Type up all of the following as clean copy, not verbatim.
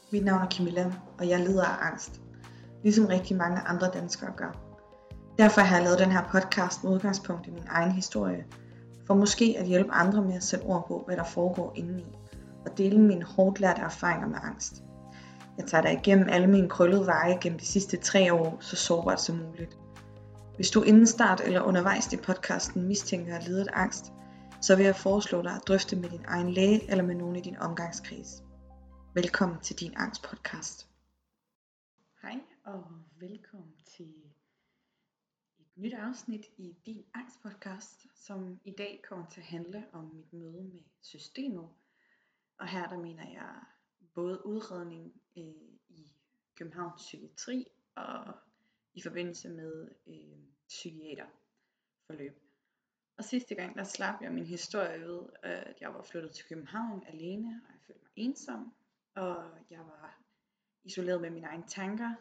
Mit navn er Camilla, og jeg lider af angst, ligesom rigtig mange andre danskere gør. Derfor har jeg lavet den her podcast med udgangspunkt i min egen historie, for måske at hjælpe andre med at sætte ord på, hvad der foregår indeni, og dele mine hårdt lærte erfaringer med angst. Jeg tager dig igennem alle mine krøllede veje gennem de sidste 3 år, så sårbart som muligt. Hvis du inden start eller undervejs i podcasten mistænker at lide af angst, så vil jeg foreslå dig at drøfte med din egen læge eller med nogen i din omgangskreds. Velkommen til din angstpodcast. Hej og velkommen til et nyt afsnit i din angstpodcast, som i dag kommer til at handle om mit møde med systemet. Og her der mener jeg både udredning i Københavns Psykiatri og i forbindelse med psykiaterforløb. Og sidste gang der slap jeg min historie ved, at jeg var flyttet til København alene, og jeg følte mig ensom. Og jeg var isoleret med mine egne tanker,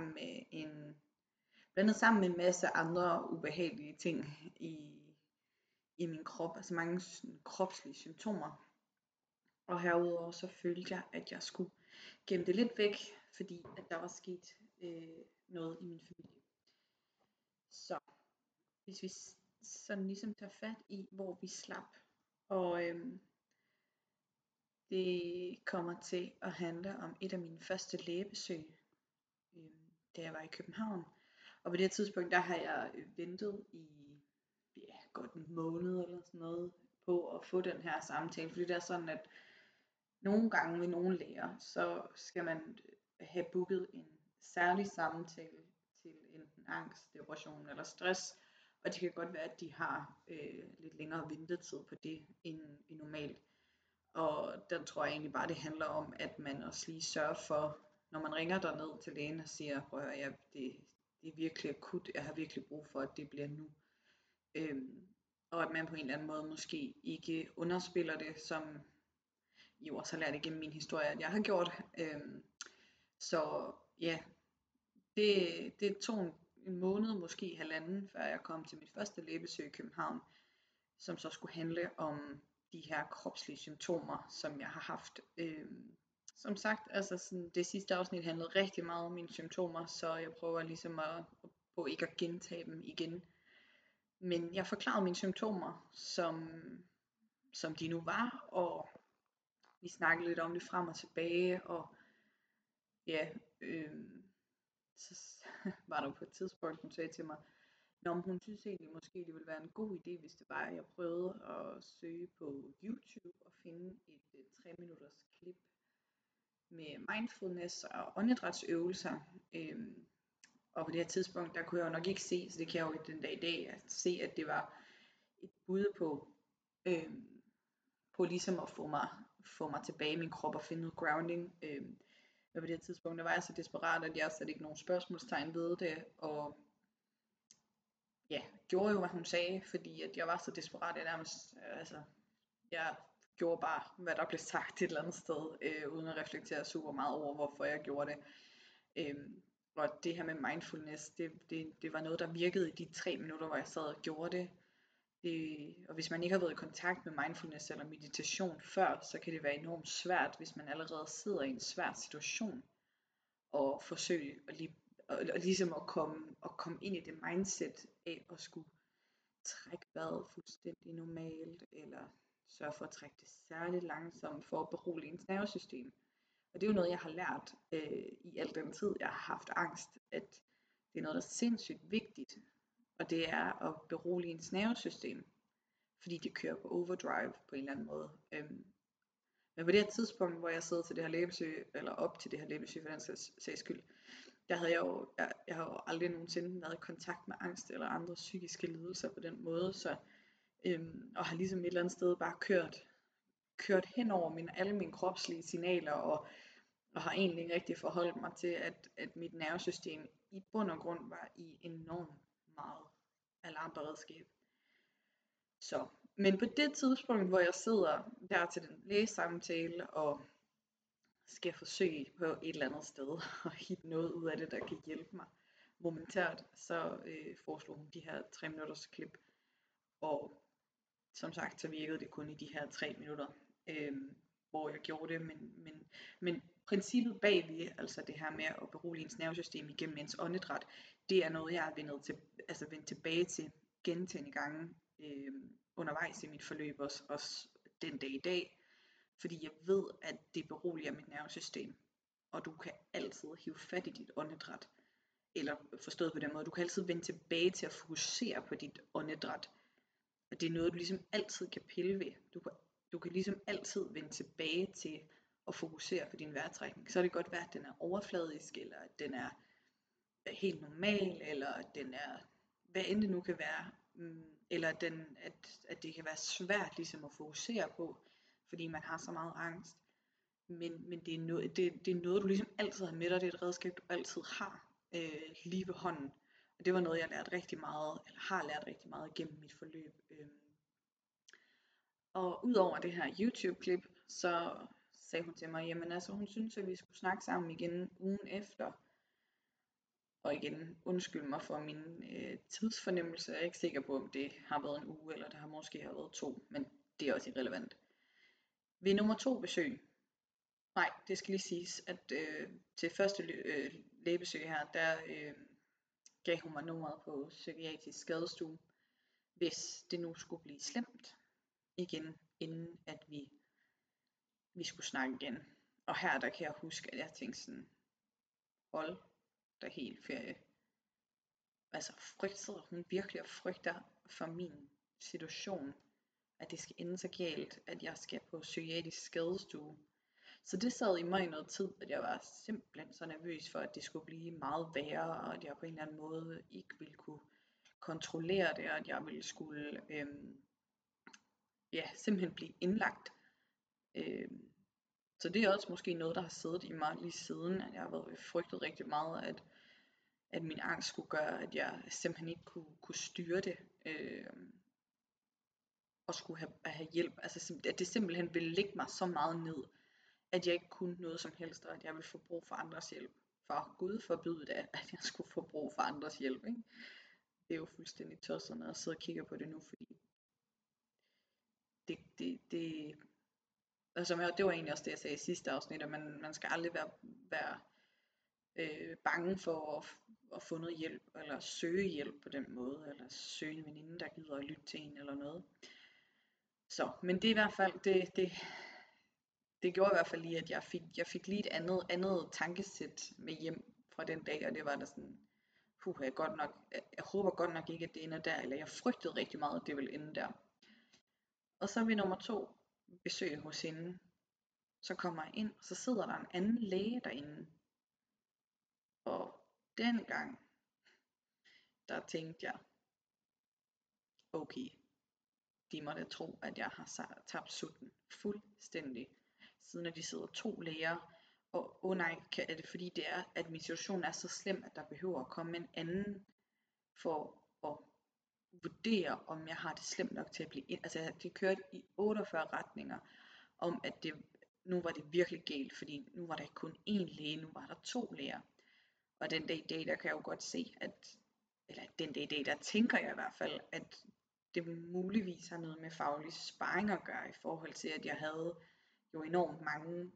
blandet sammen med en masse andre ubehagelige ting i min krop, altså mange kropslige symptomer. Og herudover så følte jeg, at jeg skulle gemme det lidt væk, fordi at der var sket noget i min familie. Så hvis vi sådan ligesom tager fat i, hvor vi slap, og det kommer til at handle om et af mine første lægebesøg, da jeg var i København. Og på det her tidspunkt, der har jeg ventet i godt en måned eller sådan noget, på at få den her samtale. Fordi det er sådan, at nogle gange ved nogle læger, så skal man have booket en særlig samtale til enten angst, depression eller stress. Og det kan godt være, at de har lidt længere ventetid på det end normalt. Og der tror jeg egentlig bare, det handler om, at man også lige sørger for, når man ringer derned til lægen og siger, prøv at høre, det er virkelig akut, jeg har virkelig brug for, at det bliver nu. Og at man på en eller anden måde måske ikke underspiller det, som jo også har lært igennem min historie, at jeg har gjort. Så ja, det tog en måned, måske halvanden, før jeg kom til mit første lægebesøg i København, som så skulle handle om de her kropslige symptomer, som jeg har haft. Som sagt, altså sådan, det sidste afsnit handlede rigtig meget om mine symptomer, så jeg prøver ligesom på ikke at gentage dem igen. Men jeg forklarede mine symptomer, som de nu var, og vi snakkede lidt om det frem og tilbage, og ja, så var der på et tidspunkt, hun sagde til mig, om hun synes egentlig måske det ville være en god idé, hvis det var, at jeg prøvede at søge på YouTube og finde et 3 minutters klip med mindfulness og åndedrætsøvelser. Og på det her tidspunkt, der kunne jeg jo nok ikke se, så det kan jeg jo den dag i dag, at se, at det var et bud på ligesom at få mig tilbage i min krop og finde noget grounding. Men på det her tidspunkt, der var jeg så desperat, at jeg satte ikke nogen spørgsmålstegn ved det, og ja, gjorde jo, hvad hun sagde, fordi at jeg var så desperat, at jeg gjorde bare, hvad der blev sagt et eller andet sted, uden at reflektere super meget over, hvorfor jeg gjorde det. Og det her med mindfulness, det var noget, der virkede i de 3 minutter, hvor jeg sad og gjorde det. Og hvis man ikke har været i kontakt med mindfulness eller meditation før, så kan det være enormt svært, hvis man allerede sidder i en svær situation, og forsøge at ligesom at komme ind i det mindset af at skulle trække vejret fuldstændig normalt, eller sørge for at trække det særligt langsomt for at berolige ens nervesystem. Og det er jo noget, jeg har lært i al den tid, jeg har haft angst, at det er noget, der er sindssygt vigtigt, og det er at berolige ens nervesystem, fordi det kører på overdrive på en eller anden måde. Men på det her tidspunkt, hvor jeg sidder til det her lægebesøg, eller op til det her lægebesøg for den sags skyld, der havde jeg har jo aldrig nogensinde været i kontakt med angst eller andre psykiske lidelser på den måde, så og har ligesom et eller andet sted bare kørt hen over alle mine kropslige signaler, og har egentlig ikke rigtig forholdt mig til, at mit nervesystem i bund og grund var i enormt meget alarmberedskab. Men på det tidspunkt, hvor jeg sidder der til den lægesamtale, og skal forsøge på et eller andet sted at hitte noget ud af det, der kan hjælpe mig momentært, så foreslog hun de her 3 minutters klip, og som sagt, så virkede det kun i de her 3 minutter, hvor jeg gjorde det, men princippet bagved, altså det her med at berolige ens nervesystem igennem ens åndedræt, det er noget, jeg er vendt tilbage til gentagne gange undervejs i mit forløb, også den dag i dag, fordi jeg ved, at det beroliger mit nervesystem, og du kan altid hive fat i dit åndedræt, eller forstået på den måde, du kan altid vende tilbage til at fokusere på dit åndedræt, og det er noget, du ligesom altid kan pille ved. Du kan ligesom altid vende tilbage til at fokusere på din vejrtrækning. Så kan det godt være, at den er overfladisk, eller at den er helt normal, eller at den er, hvad end det nu kan være, eller at det kan være svært ligesom at fokusere på, fordi man har så meget angst. Men det er noget, du ligesom altid har med dig, det er et redskab, du altid har lige ved hånden. Og det var noget, jeg lærte rigtig meget, eller har lært rigtig meget gennem mit forløb. Og udover det her YouTube-klip, så sagde hun til mig, jamen altså hun synes, at vi skulle snakke sammen igen ugen efter. Og igen, undskyld mig for min tidsfornemmelse. Jeg er ikke sikker på, om det har været en uge, eller det har måske har været 2, men det er også irrelevant. Ved nummer 2 besøg, nej, det skal lige siges, at til første lægebesøg her, der gav hun mig nummeret på psykiatrisk skadestue, hvis det nu skulle blive slemt igen, inden at vi skulle snakke igen. Og her der kan jeg huske, at jeg tænkte sådan, hold da helt ferie. Altså sidder hun virkelig og frygter for min situation, at det skal ende så galt, at jeg skal på psykiatrisk skadestue. Så det sad i mig i noget tid, at jeg var simpelthen så nervøs for, at det skulle blive meget værre, og at jeg på en eller anden måde ikke ville kunne kontrollere det, og at jeg ville skulle simpelthen blive indlagt. Så det er også måske noget, der har siddet i mig lige siden, at jeg har været frygtet rigtig meget, at min angst skulle gøre, at jeg simpelthen ikke kunne styre det, og skulle have hjælp. Altså at det simpelthen ville ligge mig så meget ned, at jeg ikke kunne noget som helst, og at jeg ville få brug for andres hjælp. For Gud forbyde det, at jeg skulle få brug for andres hjælp. Ikke? Det er jo fuldstændig tosset, når jeg sidder og kigger på det nu, fordi det altså, det var egentlig også det, jeg sagde i sidste afsnit, at man skal aldrig være bange for at få noget hjælp, eller søge hjælp på den måde, eller søge en veninde, der gider at lytte til en, eller noget. Så, men det er i hvert fald, det gjorde i hvert fald lige, at jeg fik lige et andet tankesæt med hjem fra den dag, og det var der sådan, jeg håber godt nok ikke, at det ender der, eller jeg frygtede rigtig meget, at det ville ende der. Og så ved nummer 2, besøg hos hende, så kommer jeg ind, og så sidder der en anden læge derinde, og dengang, der tænkte jeg, okay, de må da tro, at jeg har tabt sutten fuldstændig, siden at de sidder 2 læger, og nej, er det fordi det er, at min situation er så slem, at der behøver at komme en anden for at vurdere, om jeg har det slemt nok til at blive ind. Altså det kørte i 48 retninger, om at nu var det virkelig galt, fordi nu var der ikke kun én læge, nu var der 2 læger. Og den dag i dag, der kan jeg jo godt se, der tænker jeg i hvert fald, at det muligvis har noget med faglig sparring at gøre, i forhold til, at jeg havde jo enormt mange,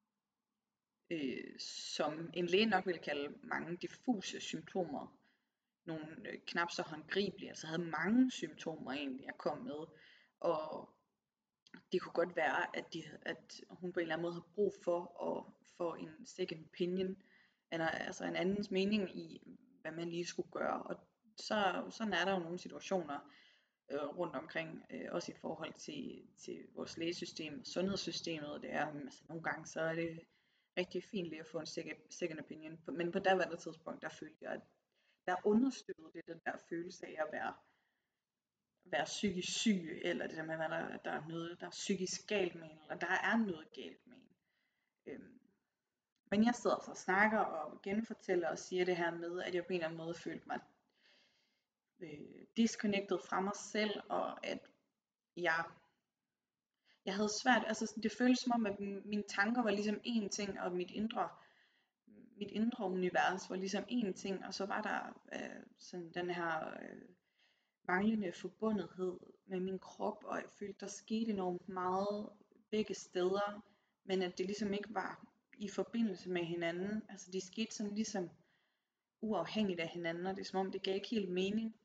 som en læge nok ville kalde mange diffuse symptomer, nogle knap så håndgribelige, altså havde mange symptomer egentlig, jeg kom med, og det kunne godt være, at hun på en eller anden måde havde brug for at få en second opinion, eller altså en andens mening i, hvad man lige skulle gøre, og sådan er der jo nogle situationer rundt omkring, også i forhold til vores lægesystem, sundhedssystemet, det er, altså nogle gange så er det rigtig fint lige at få en second opinion, men på daværende tidspunkt, der følte jeg, at der understøttede det den der følelse af at være psykisk syg, eller det der med, at der er noget, der er psykisk galt med en, eller der er noget galt med en. Men jeg sidder og snakker og genfortæller og siger det her med, at jeg på en eller anden måde følte mig disconnected fra mig selv, og at jeg havde svært, altså det føltes som om, at mine tanker var ligesom én ting, og mit indre univers var ligesom én ting, og så var der sådan den her manglende forbundethed med min krop, og jeg følte, der skete enormt meget begge steder, men at det ligesom ikke var i forbindelse med hinanden. Altså de skete sådan ligesom uafhængigt af hinanden, og det er som om det gav ikke helt mening.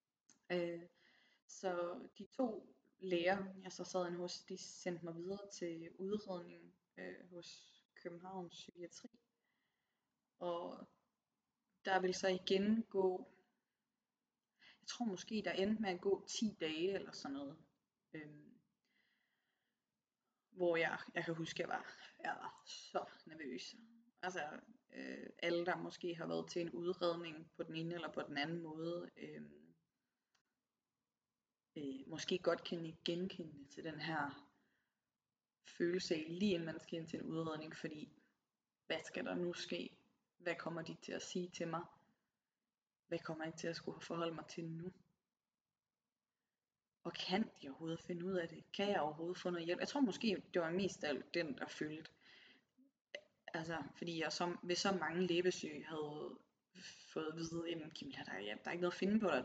Så de 2 læger, jeg så sad inde hos, de sendte mig videre til udredning hos Københavns Psykiatri. Og der vil så igen gå, jeg tror måske der endte med at gå 10 dage eller sådan noget. Hvor jeg kan huske, jeg var så nervøs. Altså alle der måske har været til en udredning på den ene eller på den anden måde, måske godt kan genkende til den her følelse af lige inden man skal ind til en udredning, fordi hvad skal der nu ske? Hvad kommer de til at sige til mig? Hvad kommer jeg til at skulle forholde mig til nu? Og kan de overhovedet finde ud af det? Kan jeg overhovedet få noget hjælp? Jeg tror måske, det var mest af den, der følte. Altså, fordi jeg ved så mange læbesyge havde fået at vide, jamen Kim, der er ikke noget at finde på dig.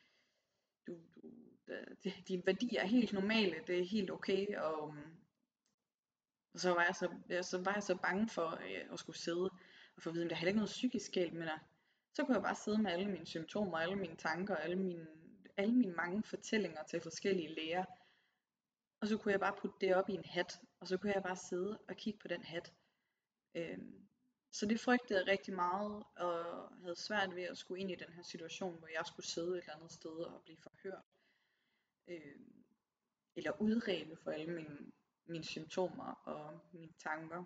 Dine værdier er helt normale, det er helt okay. Og så var jeg så bange for at skulle sidde og få at vide, at der er heller ikke noget psykisk galt med dig. Så kunne jeg bare sidde med alle mine symptomer, alle mine tanker, alle mine mange fortællinger til forskellige læger. Og så kunne jeg bare putte det op i en hat, og så kunne jeg bare sidde og kigge på den hat. Så det frygtede jeg rigtig meget, og havde svært ved at skulle ind i den her situation, hvor jeg skulle sidde et eller andet sted og blive forhørt. Eller udredet for alle mine symptomer og mine tanker.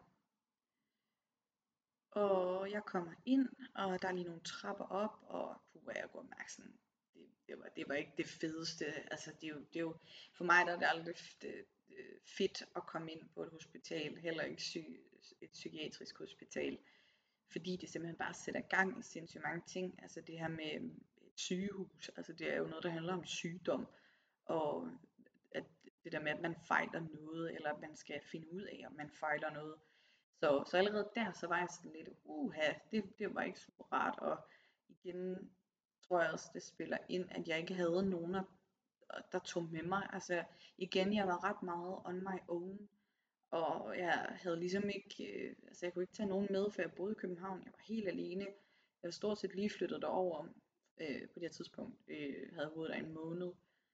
Og jeg kommer ind, og der er lige nogle trapper op, og jeg kunne mærke sådan, det var ikke det fedeste. Altså det er jo for mig der er det aldrig fedt at komme ind på et hospital, heller ikke et psykiatrisk hospital, fordi det simpelthen bare sætter gang i sindssygt mange ting. Altså det her med et sygehus, altså det er jo noget der handler om sygdom, og at det der med at man fejler noget, eller at man skal finde ud af om man fejler noget. Så allerede der, så var jeg sådan lidt, det var ikke super rart, og igen tror jeg også, det spiller ind, at jeg ikke havde nogen, der tog med mig. Altså igen, jeg var ret meget on my own, og jeg havde ligesom ikke, jeg kunne ikke tage nogen med, for jeg boede i København, jeg var helt alene. Jeg var stort set lige flyttet derover på det her tidspunkt, havde boet der en måned.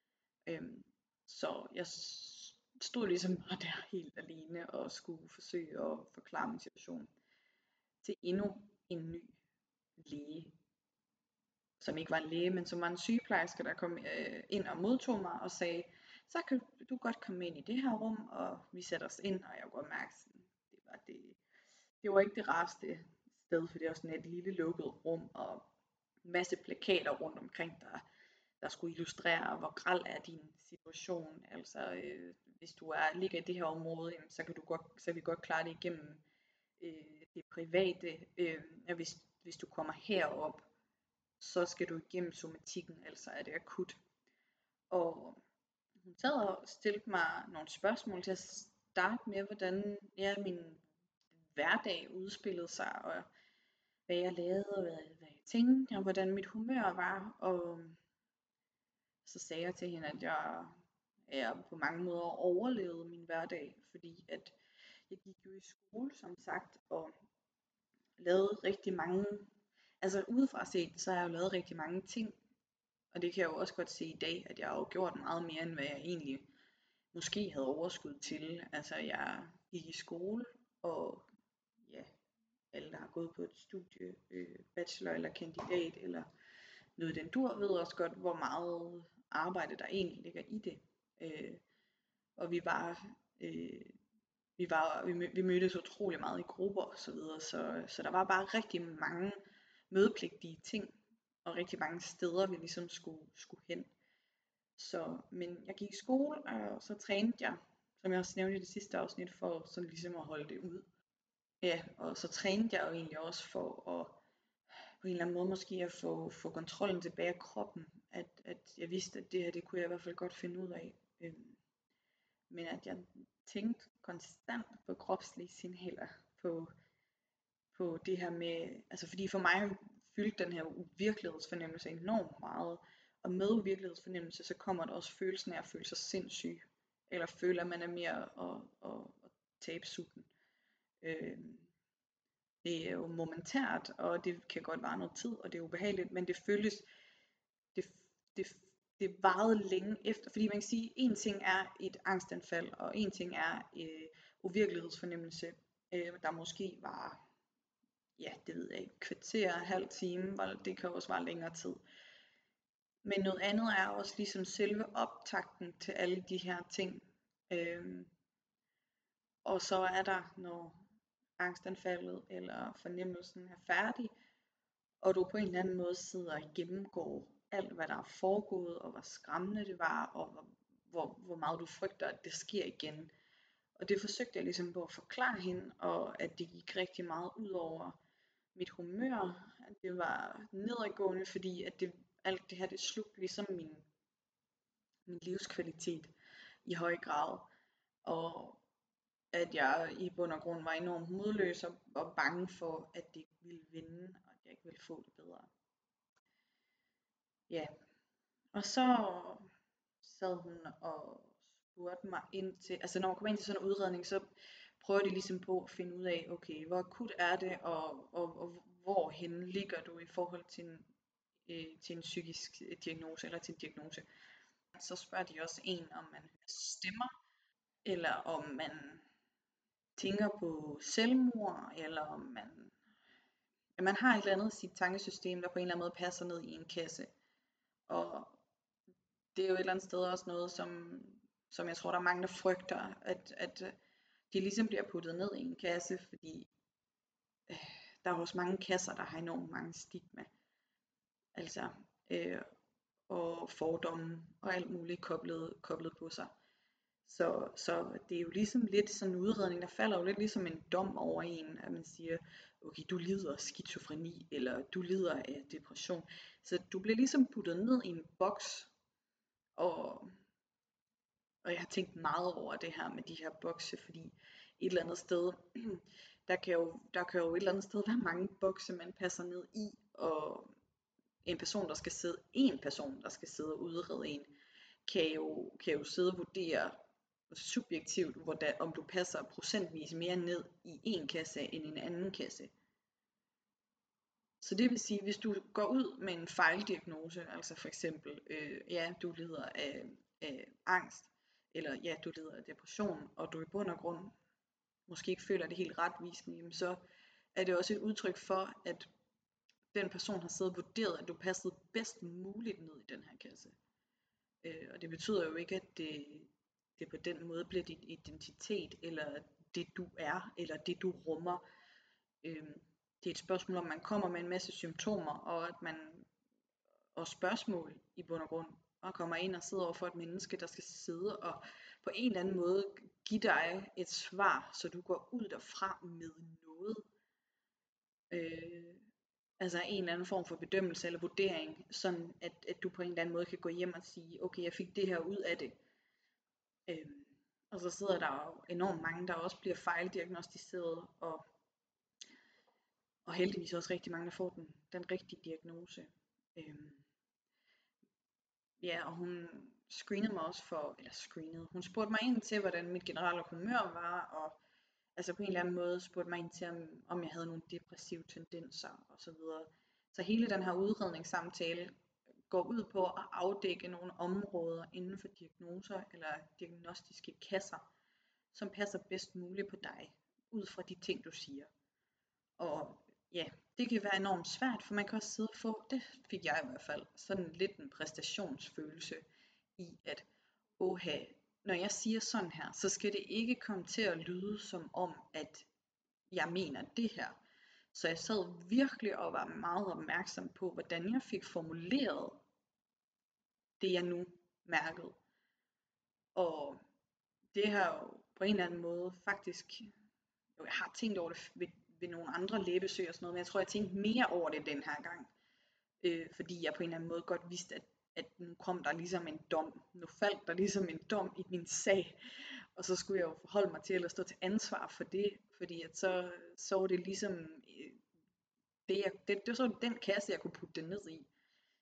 Så jeg stod ligesom bare der helt alene og skulle forsøge at forklare min situation til endnu en ny læge, som ikke var en læge, men som var en sygeplejerske, der kom ind og modtog mig og sagde, så kan du godt komme ind i det her rum, og vi sætter os ind, og jeg kunne mærke, det var ikke det rareste sted, for det var sådan et lille lukket rum, og en masse plakater rundt omkring, der skulle illustrere, hvor grel er din situation. Altså, hvis du ligger i det her område, så kan vi godt klare det igennem det private. Hvis du kommer herop, så skal du igennem somatikken, altså er det akut. Og hun sad og stillede mig nogle spørgsmål til at starte med, hvordan min hverdag udspillede sig, og hvad jeg lavede, og hvad jeg tænkte, og hvordan mit humør var. Og så sagde jeg til hende, at jeg på mange måder overlevede min hverdag, fordi at jeg gik jo i skole, som sagt, og lavede rigtig mange, altså udefra set, så har jeg jo lavet rigtig mange ting, og det kan jeg jo også godt se i dag, at jeg har jo gjort meget mere, end hvad jeg egentlig måske havde overskud til. Altså jeg gik i skole, og ja, alle der har gået på et studie, bachelor eller kandidat, eller noget den dur, ved også godt, hvor meget arbejde der egentlig ligger i det. Og vi mødtes utrolig meget i grupper og så videre, så der var bare rigtig mange mødepligtige ting, og rigtig mange steder, vi ligesom skulle hen. Men jeg gik i skole, og så trænede jeg, som jeg også nævnte i det sidste afsnit, for sådan ligesom at holde det ud. Ja, og så trænede jeg jo egentlig også for at på en eller anden måde måske at få kontrollen tilbage af kroppen, at jeg vidste, at det her, det kunne jeg i hvert fald godt finde ud af. Men at jeg tænkte konstant på kropslige signaler, på det her med, altså fordi for mig fyldte den her uvirkelighedsfornemmelse enormt meget, og med uvirkelighedsfornemmelse, så kommer der også følelsen af at føle sig sindssyg, eller føle, at man er mere at tabe sutten. det er jo momentært, og det kan godt vare noget tid, og det er ubehageligt, men det føles, det, det, det varede længe efter, fordi man kan sige, en ting er et angstanfald, og en ting er uvirkelighedsfornemmelse, der måske var, ja, det ved jeg ikke, kvarter, halv time, det kan også være længere tid. Men noget andet er også ligesom selve optakten til alle de her ting. Og så er der, når angstanfaldet eller fornemmelsen er færdig, og du på en eller anden måde sidder og gennemgår alt, hvad der er foregået, og hvor skræmmende det var, og hvor meget du frygter, at det sker igen. Og det forsøgte jeg ligesom på at forklare hende, og at det gik rigtig meget ud over mit humør, at det var nedadgående, fordi at alt det her, det slugte ligesom min livskvalitet i høj grad, og at jeg i bund og grund var enormt modløs og bange for, at det ikke ville vinde, og at jeg ikke ville få det bedre. Ja, og så sad hun og spurgte mig ind til, altså når man kommer ind til sådan en udredning, så prøver de ligesom på at finde ud af, okay, hvor akut er det, og hvorhen ligger du i forhold til en psykisk diagnose, eller til en diagnose. Så spørger de også en, om man stemmer, eller om man tænker på selvmord, eller om man har et eller andet i sit tankesystem, der på en eller anden måde passer ned i en kasse. Og det er jo et eller andet sted også noget, som jeg tror, der er mange, der frygter, at de ligesom bliver puttet ned i en kasse, fordi der er også mange kasser, der har enormt mange stigma. Altså, og fordomme og alt muligt koblet på sig. Så det er jo ligesom lidt sådan en udredning, der falder jo lidt ligesom en dom over en, at man siger, okay, du lider af skizofreni, eller du lider af depression. Så du bliver ligesom puttet ned i en boks, og jeg har tænkt meget over det her med de her bokse, fordi et eller andet sted, der kan jo et eller andet sted være mange bokse, man passer ned i, og en person, der skal sidde og udrede en, kan jo sidde og vurdere subjektivt, om du passer procentvis mere ned i en kasse end en anden kasse. Så det vil sige, hvis du går ud med en fejldiagnose, altså for eksempel, ja, du lider af angst, eller ja, du lider af depression, og du i bund og grund måske ikke føler det helt retvisende, så er det også et udtryk for, at den person har siddet og vurderet, at du passede bedst muligt ned i den her kasse. Og det betyder jo ikke, at det på den måde bliver din identitet, eller det du er, eller det du rummer. Det er et spørgsmål om, man kommer med en masse symptomer, og spørgsmål i bund og grund, og kommer ind og sidder over for et menneske, der skal sidde og på en eller anden måde give dig et svar, så du går ud derfra med noget. Altså en eller anden form for bedømmelse eller vurdering, sådan at du på en eller anden måde kan gå hjem og sige, okay, jeg fik det her ud af det. Og så sidder der jo enormt mange, der også bliver fejldiagnostiseret, og heldigvis også rigtig mange, der får den rigtige diagnose. Ja, og hun screenede mig også hun spurgte mig ind til, hvordan mit generelle humør var, og altså på en eller anden måde spurgte mig ind til, om jeg havde nogle depressive tendenser og så videre. Så hele den her udredningssamtale går ud på at afdække nogle områder inden for diagnoser eller diagnostiske kasser, som passer bedst muligt på dig, ud fra de ting, du siger. Og ja, det kan være enormt svært, for man kan også sidde og få, det fik jeg i hvert fald, sådan lidt en præstationsfølelse i, at når jeg siger sådan her, så skal det ikke komme til at lyde som om, at jeg mener det her. Så jeg sad virkelig og var meget opmærksom på, hvordan jeg fik formuleret det, jeg nu mærkede. Og det har jo på en eller anden måde faktisk, jeg har tænkt over det ved nogle andre læbesøg og sådan noget, men jeg tror, jeg tænkte mere over det den her gang. Fordi jeg på en eller anden måde godt vidste, at nu kom der ligesom en dom. Nu faldt der ligesom en dom i min sag. Og så skulle jeg jo forholde mig til at stå til ansvar for det. Fordi at så var det ligesom det var så den kasse, jeg kunne putte det ned i.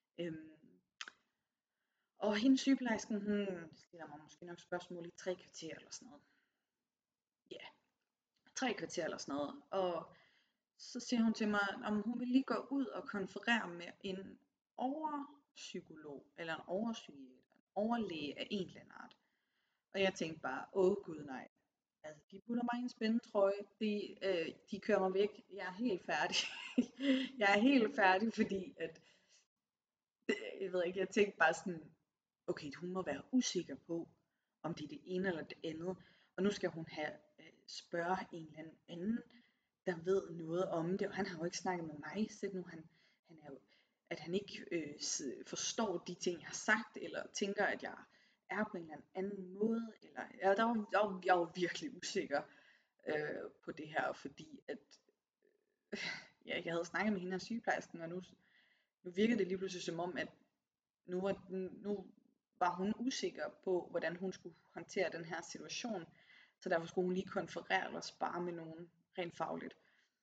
Og hende sygeplejersken, hun stiller mig måske nok spørgsmål i 3 kvarter eller sådan noget. Ja, 3 kvarter eller sådan noget. Og så siger hun til mig, om hun vil lige gå ud og konferere med en overpsykolog, eller en overpsykiater, en overlæge af en eller anden art. Og jeg tænkte bare, gud nej. Altså, de putter mig i en spændetrøje, de kører mig væk, jeg er helt færdig. Jeg er helt færdig, fordi at, jeg ved ikke, jeg tænkte bare sådan, okay, hun må være usikker på, om det er det ene eller det andet. Og nu skal hun have spørge en eller anden, der ved noget om det. Og han har jo ikke snakket med mig, så nu han er jo, at han ikke forstår de ting, jeg har sagt, eller tænker, at jeg er på en eller anden måde. Eller, ja, jeg var virkelig usikker på det her, fordi at ja, jeg havde snakket med hende af sygeplejersken, og nu virkede det lige pludselig som om, at nu var hun usikker på, hvordan hun skulle håndtere den her situation, så derfor skulle hun lige konferere eller spare med nogen rent fagligt.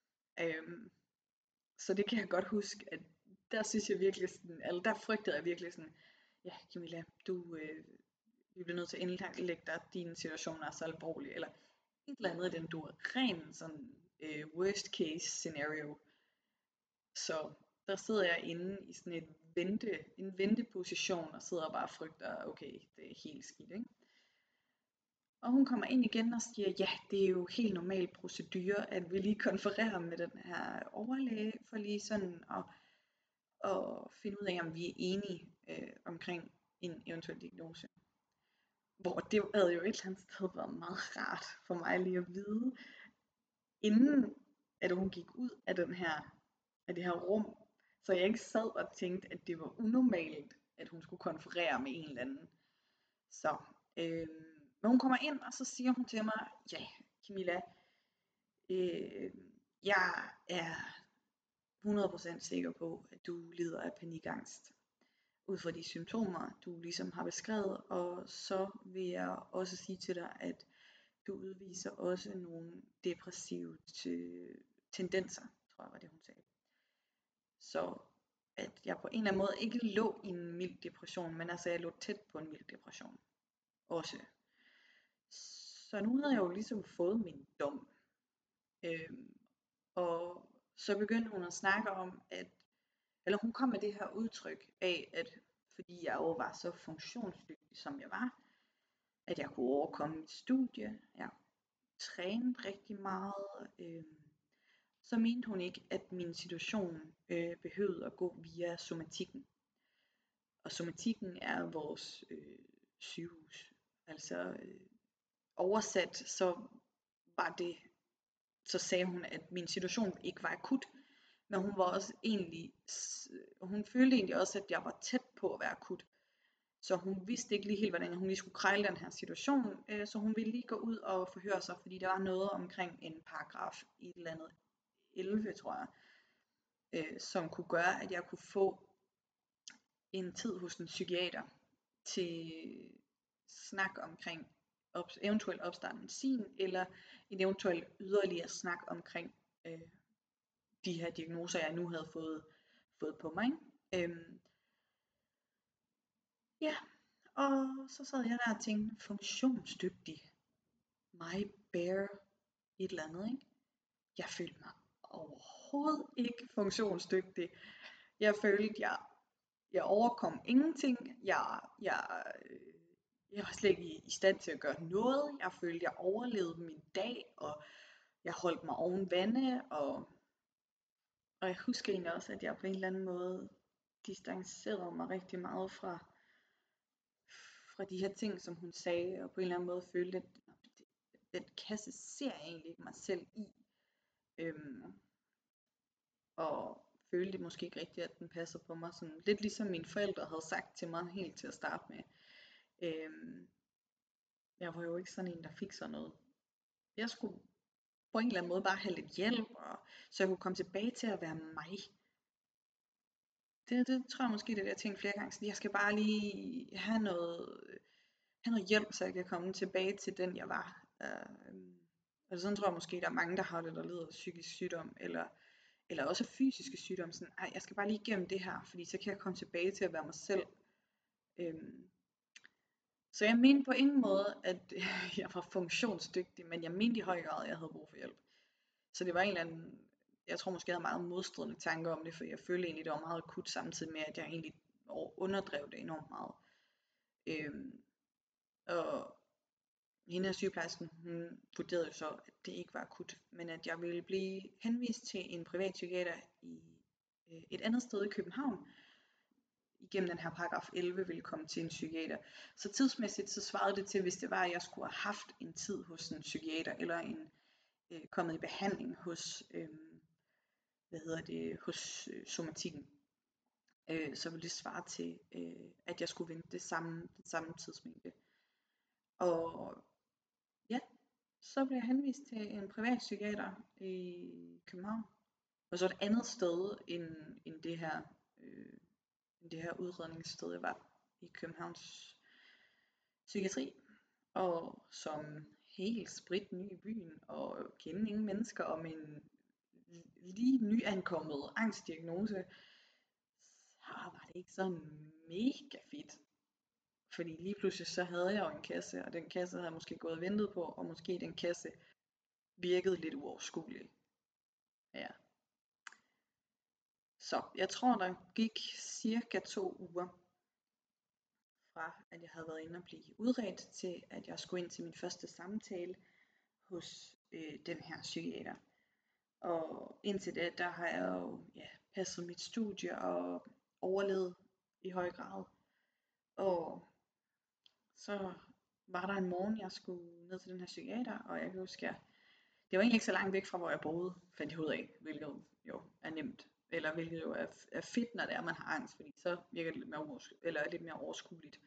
Så det kan jeg godt huske, at der synes jeg virkelig sådan, eller der frygtede jeg virkelig sådan, ja Camilla, vi bliver nødt til at indlægge dig, din situation er så alvorlig, eller et eller andet den du ren sådan worst case scenario. Så der sidder jeg inde i sådan en venteposition og sidder og bare frygter, okay, det er helt skidt, ikke? Og hun kommer ind igen og siger, ja, det er jo helt normal procedure, at vi lige konfererer med den her overlæge, for lige sådan at finde ud af, om vi er enige omkring en eventuel diagnose. Hvor det havde jo et eller andet sted været meget rart for mig lige at vide, inden at hun gik ud af det her rum, så jeg ikke sad og tænkte, at det var unormalt, at hun skulle konferere med en eller anden. Så, men hun kommer ind, og så siger hun til mig, ja, Camilla, jeg er 100% sikker på, at du lider af panikangst, ud fra de symptomer, du ligesom har beskrevet, og så vil jeg også sige til dig, at du udviser også nogle depressive tendenser, tror jeg var det, hun sagde. Så at jeg på en eller anden måde ikke lå i en mild depression, men altså jeg lå tæt på en mild depression også. Så nu havde jeg jo ligesom fået min dom. Og så begyndte hun at snakke om, eller hun kom med det her udtryk af, at fordi jeg jo var så funktionsdygtig som jeg var, at jeg kunne overkomme mit studie, jeg trænede rigtig meget, så mente hun ikke, at min situation behøvede at gå via somatikken. Og somatikken er vores sygehus. Altså oversat, så sagde hun, at min situation ikke var akut, men hun var også hun følte egentlig også, at jeg var tæt på at være akut. Så hun vidste ikke lige helt, hvordan hun lige skulle krejle den her situation, så hun ville lige gå ud og forhøre sig, fordi der var noget omkring en paragraf i et eller andet 11, tror jeg, som kunne gøre, at jeg kunne få en tid hos en psykiater til snak omkring eventuelt opstarte medicin, eller en eventuel yderligere snak omkring de her diagnoser, jeg nu havde fået på mig. Ja, og så sad jeg der og tænkte, funktionsdygtig, my bear, et eller andet, ikke? Jeg følte mig overhovedet ikke funktionsdygtig. Jeg følte, jeg overkom ingenting. Jeg var slet ikke i stand til at gøre noget. Jeg følte, jeg overlevede min dag, og jeg holdt mig oven vande, og jeg husker egentlig også, at jeg på en eller anden måde distancerede mig rigtig meget fra de her ting, som hun sagde, og på en eller anden måde følte, at den kasse ser jeg egentlig ikke mig selv i. Og følte måske ikke rigtigt, at den passer på mig. Sådan, lidt ligesom mine forældre havde sagt til mig helt til at starte med. Jeg var jo ikke sådan en, der fik sådan noget. Jeg skulle på en eller anden måde bare have lidt hjælp, så jeg kunne komme tilbage til at være mig. Det tror jeg måske, det er det, jeg tænkte flere gange. Så jeg skal bare lige have noget hjælp, så jeg kan komme tilbage til den, jeg var. Og sådan tror jeg måske, der er mange, der har det, der lider af psykisk sygdom, eller også fysiske sygdomme. Sådan, jeg skal bare lige igennem det her, fordi så kan jeg komme tilbage til at være mig selv. Så jeg mente på ingen måde, at jeg var funktionsdygtig, men jeg mente i høj grad, at jeg havde brug for hjælp. Så det var en eller anden jeg tror måske, jeg havde meget modstridende tanker om det, for jeg følte egentlig, det var meget akut, samtidig med, at jeg egentlig underdrev det enormt meget. Og hende her sygeplejersken, hun vurderede jo så, at det ikke var akut, men at jeg ville blive henvist til en privat psykiater i et andet sted i København, igennem den her paragraf 11 ville komme til en psykiater. Så tidsmæssigt så svarede det til, hvis det var, at jeg skulle have haft en tid hos en psykiater, eller kommet i behandling hos, hos somatikken. Så ville det svare til, at jeg skulle vente den samme tidsmængde. Og ja, så blev jeg henvist til en privat psykiater i København. Og så et andet sted end det her udredningssted, jeg var i Københavns psykiatri. Og som helt spritny i byen, og kende ingen mennesker, og med en lige nyankommet angstdiagnose, så var det ikke sådan mega fedt. Fordi lige pludselig så havde jeg jo en kasse, og den kasse havde jeg måske gået og ventet på, og måske den kasse virkede lidt uoverskuelig. Ja. Så jeg tror, der gik cirka 2 uger, fra at jeg havde været inde og blive udredt, til at jeg skulle ind til min første samtale hos den her psykiater. Og indtil det, der har jeg jo passet mit studie og overlevet i høj grad. Og så var der en morgen, jeg skulle ned til den her psykiater, og jeg kan huske, det var egentlig ikke så langt væk fra, hvor jeg boede, fandt jeg ud af, hvilket jo er nemt. Eller hvilket jo er fedt, når det er, man har angst, fordi så virker det lidt mere overskueligt.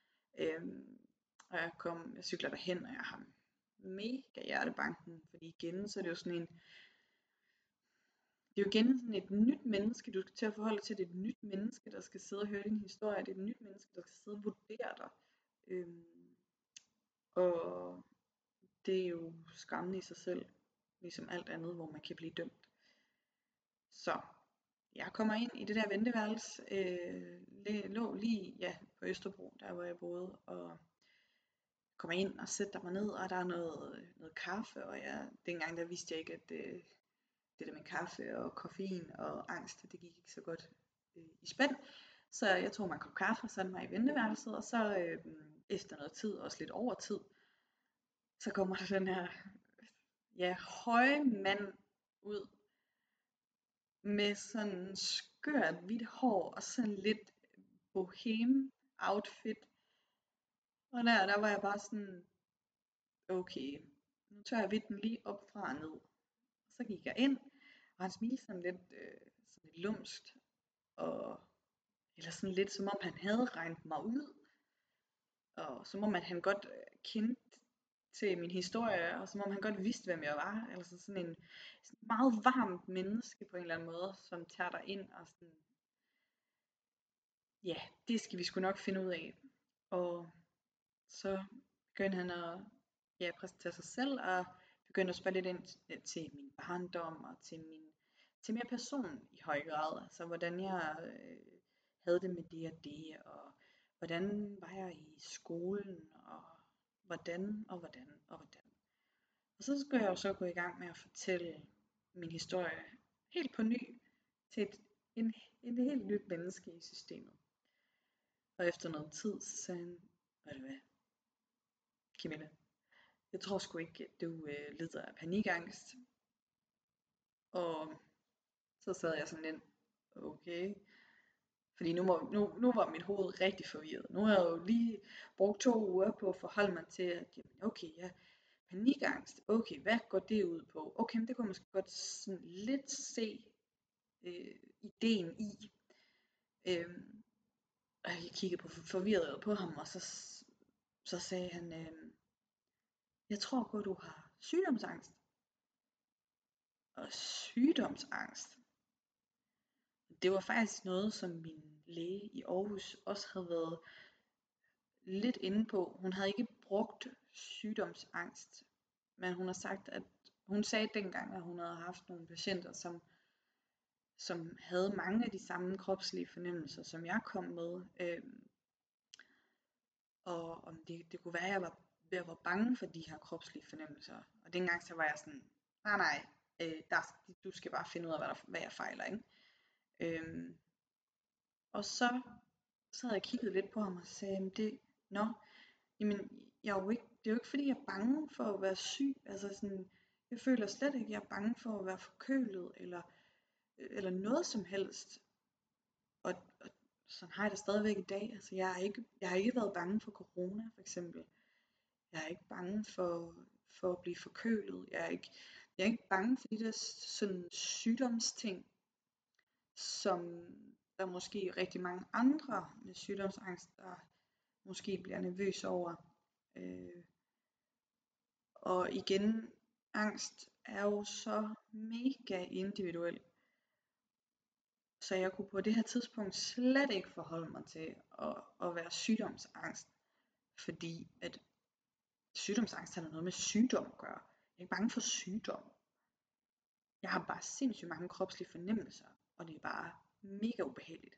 Og jeg cykler derhen, og jeg har mega hjertebanken, fordi igen, så er det jo sådan det er jo igen sådan et nyt menneske, du skal til at forholde dig til. Det er et nyt menneske, der skal sidde og høre din historie. Det er et nyt menneske, der skal sidde og vurdere dig. Og det er jo skræmmende i sig selv, ligesom alt andet, hvor man kan blive dømt. Så jeg kommer ind i det der venteværelse, lå lige på Østerbro, der hvor jeg boede, og kommer ind og sætter mig ned, og der er noget kaffe, og dengang der vidste jeg ikke, at det der med kaffe og koffein og angst, det gik ikke så godt i spænd. Så jeg tog mig en kop kaffe og satte mig i venteværelset, og så efter noget tid, også lidt over tid, så kommer der den her høje mand ud med sådan skørt hvidt hår og sådan lidt bohem outfit. Og der var jeg bare sådan, okay, nu tør jeg vidt den lige op fra og ned. Så gik jeg ind, og han smilte sådan lidt lumskt, eller sådan lidt som om han havde regnet mig ud, og som om han godt kendte til min historie, og som om han godt vidste, hvem jeg var. Altså sådan en meget varmt menneske på en eller anden måde, som tager dig ind og sådan, det skal vi sgu nok finde ud af. Og så begyndte han at præsentere sig selv, og begyndte at spørge lidt ind til min barndom, og til mere person i høj grad. Altså hvordan jeg havde det med det og det, og hvordan var jeg i skolen, og hvordan. Og så skulle jeg jo så gå i gang med at fortælle min historie helt på ny til et helt nyt menneske i systemet. Og efter noget tid, så sagde han, ved du hvad, Camilla, jeg tror sgu ikke, at du lider af panikangst. Og så sad jeg sådan lidt, okay. Fordi nu var mit hoved rigtig forvirret. Nu har jeg jo lige brugt 2 uger på at forholde mig til, at okay, panikangst, okay, hvad går det ud på? Okay, men det kunne man måske godt sådan lidt se ideen i. Og jeg kiggede forvirret på ham, og så sagde han, jeg tror på, at du har sygdomsangst. Og sygdomsangst, det var faktisk noget, som min læge i Aarhus også havde været lidt inde på. Hun havde ikke brugt sygdomsangst, men hun har sagt, at hun sagde dengang, at hun havde haft nogle patienter, som havde mange af de samme kropslige fornemmelser, som jeg kom med. Og om det kunne være, at jeg var bange for de her kropslige fornemmelser. Og dengang så var jeg sådan, nej, Du skal bare finde ud af, hvad jeg fejler, ikke? Og så havde jeg kigget lidt på ham og sagde, jamen, det er jo ikke fordi, jeg er bange for at være syg. Altså sådan, jeg føler slet ikke, jeg er bange for at være forkølet, eller noget som helst. Og sådan har jeg det stadigvæk i dag. Altså, jeg har ikke været bange for corona, for eksempel. Jeg er ikke bange for at blive forkølet. Jeg er ikke bange for de der sådan sygdomsting, som der måske er rigtig mange andre med sygdomsangst, der måske bliver nervøs over. Og igen, angst er jo så mega individuel. Så jeg kunne på det her tidspunkt slet ikke forholde mig til at være sygdomsangst. Fordi at sygdomsangst har noget med sygdom at gøre. Jeg er ikke bange for sygdom. Jeg har bare sindssygt mange kropslige fornemmelser, og det er bare mega ubehageligt.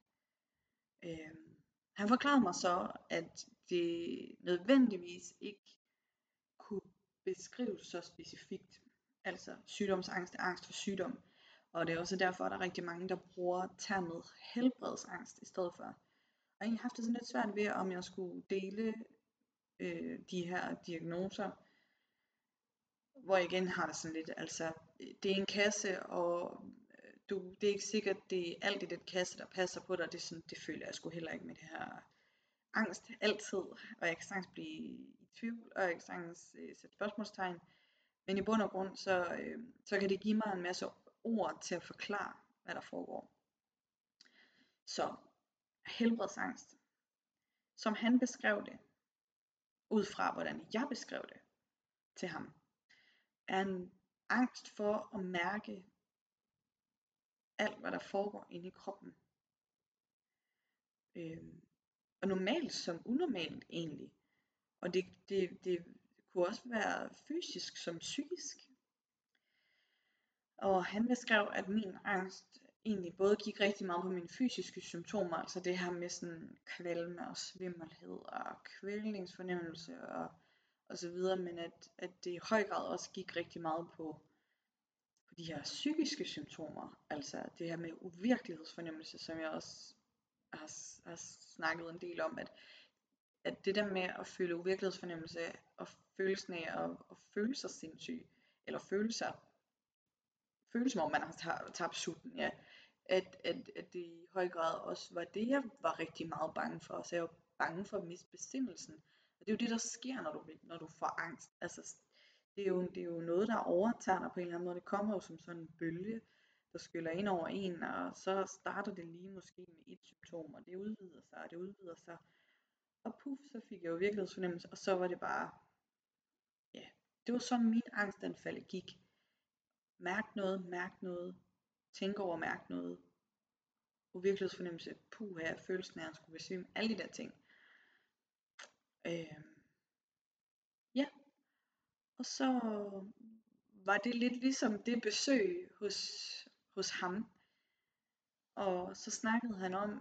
Han forklarede mig så, at det nødvendigvis ikke kunne beskrives så specifikt. Altså sygdomsangst er angst for sygdom. Og det er også derfor, at der er rigtig mange, der bruger termet helbredsangst i stedet for. Og jeg har egentlig haft det sådan lidt svært ved, om jeg skulle dele de her diagnoser. Hvor jeg igen har det sådan lidt, altså det er en kasse, og det er ikke sikkert, det er alt i den kasse, der passer på dig. Det føler jeg sgu heller ikke med det her angst altid. Og jeg kan sagtens blive i tvivl, og jeg kan sagtens sætte spørgsmålstegn. Men i bund og grund, så kan det give mig en masse ord til at forklare, hvad der foregår. Så helbredsangst, som han beskrev det, ud fra hvordan jeg beskrev det til ham, er en angst for at mærke alt, hvad der foregår inde i kroppen. Og normalt som unormalt egentlig. Og det kunne også være fysisk som psykisk. Og han beskrev, at min angst egentlig både gik rigtig meget på mine fysiske symptomer, altså det her med sådan kvalme og svimmelhed og kvælningsfornemmelse og så videre, men at det i høj grad også gik rigtig meget på de her psykiske symptomer, altså det her med uvirkelighedsfornemmelse, som jeg også har snakket en del om, at det der med at føle uvirkelighedsfornemmelse og følelsen af at føle sig sindssyg, eller føle som om man har tabt sutten, ja, at det i høj grad også var det, jeg var rigtig meget bange for. Så jeg var bange for at miste besindelsen. Og det er jo det, der sker, når du får angst. Altså, det er jo noget, der overtager dig på en eller anden måde. Det kommer jo som sådan en bølge, der skyller ind over en, og så starter det lige måske med et symptom, og det udvider sig, og det udvider sig. Og puff, så fik jeg jo virkelighedsfornemmelse, og så var det bare, ja, det var sådan min angstanfald gik. Mærk noget, tænk over, mærk noget, uvirkelighedsfornemmelse, puha, følelsen af at skulle besvime, alle de der ting. Ja, og så var det lidt ligesom det besøg hos ham, og så snakkede han om,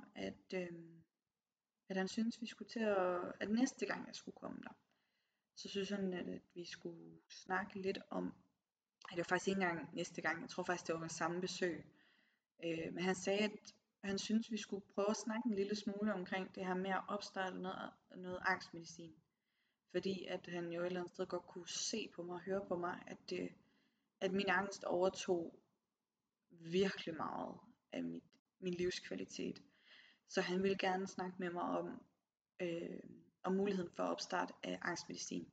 at han syntes, vi skulle til at næste gang jeg skulle komme der, så synes han, at vi skulle snakke lidt om, at det var faktisk ikke engang næste gang, jeg tror faktisk, det var samme besøg, men han sagde, at han syntes, vi skulle prøve at snakke en lille smule omkring det her med at opstarte noget angstmedicin. Fordi at han jo et eller andet sted godt kunne se på mig og høre på mig, at min angst overtog virkelig meget af min livskvalitet. Så han ville gerne snakke med mig om muligheden for at opstarte af angstmedicin.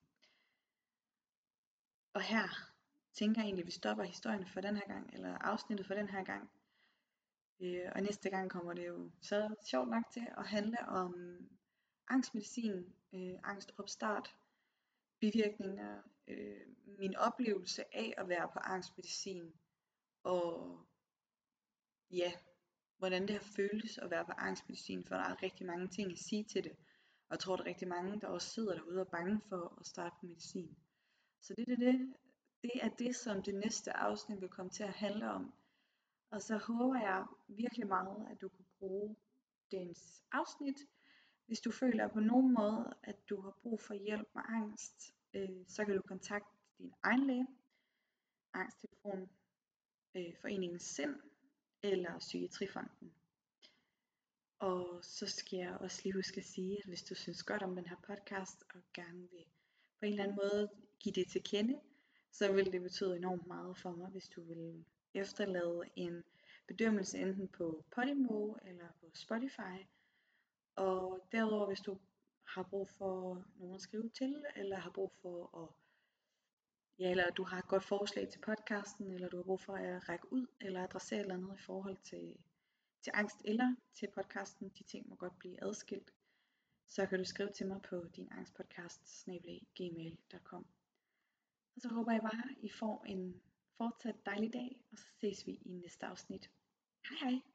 Og her tænker jeg egentlig, at vi stopper historien for den her gang, eller afsnittet for den her gang. Og næste gang kommer det jo så sjovt nok til at handle om angstmedicin, angstopstart, bivirkninger, min oplevelse af at være på angstmedicin, og ja, hvordan det har føltes at være på angstmedicin, for der er rigtig mange ting at sige til det, og jeg tror, der er rigtig mange, der også sidder derude og er bange for at starte på medicin. Så det er det, som det næste afsnit vil komme til at handle om. Og så håber jeg virkelig meget, at du kan bruge dagens afsnit. Hvis du føler på nogen måde, at du har brug for hjælp med angst, så kan du kontakte din egen læge. Angsttelefonen Foreningen Sind eller Psykiatrifonden. Og så skal jeg også lige huske at sige, at hvis du synes godt om den her podcast, og gerne vil på en eller anden måde give det til kende, så vil det betyde enormt meget for mig, hvis du vil efterlade en bedømmelse enten på Podimo eller på Spotify. Og derudover, hvis du har brug for nogen at skrive til, eller har brug for at, ja, eller du har et godt forslag til podcasten, eller du har brug for at række ud, eller adressere et eller andet i forhold til angst eller til podcasten, de ting må godt blive adskilt, så kan du skrive til mig på din angstpodcast@gmail.com. Og så håber jeg bare, I får en fortsat dejlig dag, og så ses vi i næste afsnit. Hej hej!